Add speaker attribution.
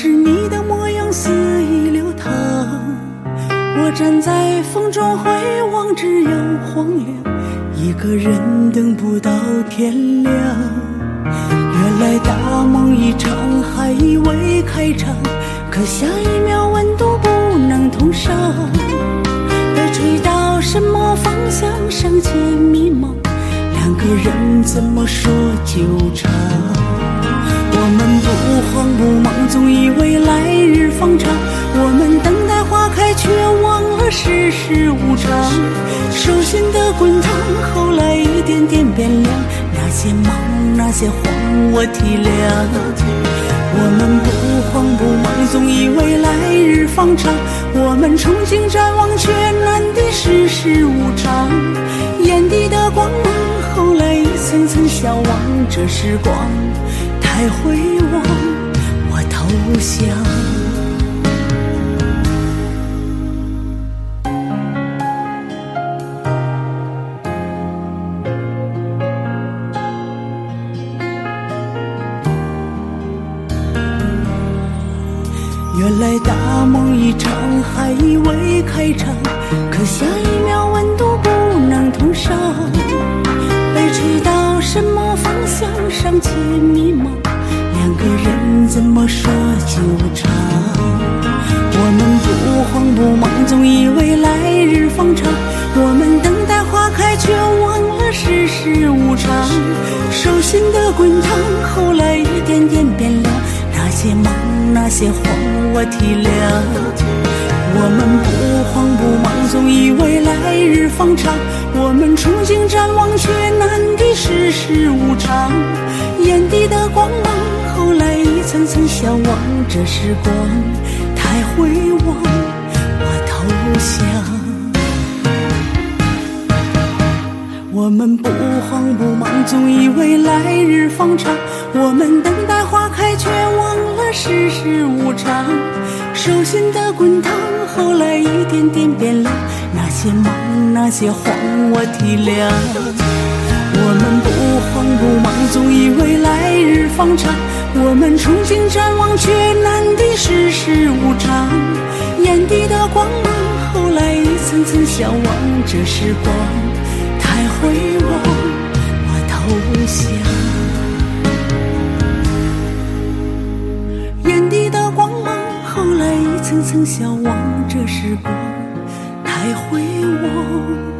Speaker 1: 是你的模样肆意流淌。我站在风中回望，只有荒凉，一个人等不到天亮。原来大梦一场，还以为开场，可下一秒温度不能同上。被吹到什么方向，尚且迷茫，两个人怎么说纠缠？我们不慌不忙，总以为来日方长，我们等待花开，却忘了世事无常。手心的滚烫，后来一点点变凉，那些忙那些慌我体谅。我们不慌不忙，总以为来日方长，我们憧憬展望，却难敌世事无常。眼底的光芒，后来一层层消亡，这时光太辉煌，我投降。原来大梦一场，还以为开场，可下一秒温度不能同上。被吹到什么方向，尚且迷茫，两个人怎么说纠缠？我们不慌不忙，总以为来日方长，我们等待花开，却忘了世事无常。手心的滚烫，后来一点点变凉，那些忙那些慌我体谅。我们不慌不忙，总以为来日方长，我们憧憬展望，却难敌世事无常。眼底的光芒，后来一层层消亡，这时光太辉煌，我投降。我们不慌不忙，总以为来日方长，我们等待花开，却忘了世事无常。手心的滚烫，后来一点点变凉，那些忙那些慌我体谅。我们不慌不忙，总以为来日方长，我们憧憬展望，却难敌世事无常。眼底的光芒，后来一层层消亡，这时光太辉煌，我投降。眼底的光芒，后来一层层消亡，这时光太辉煌。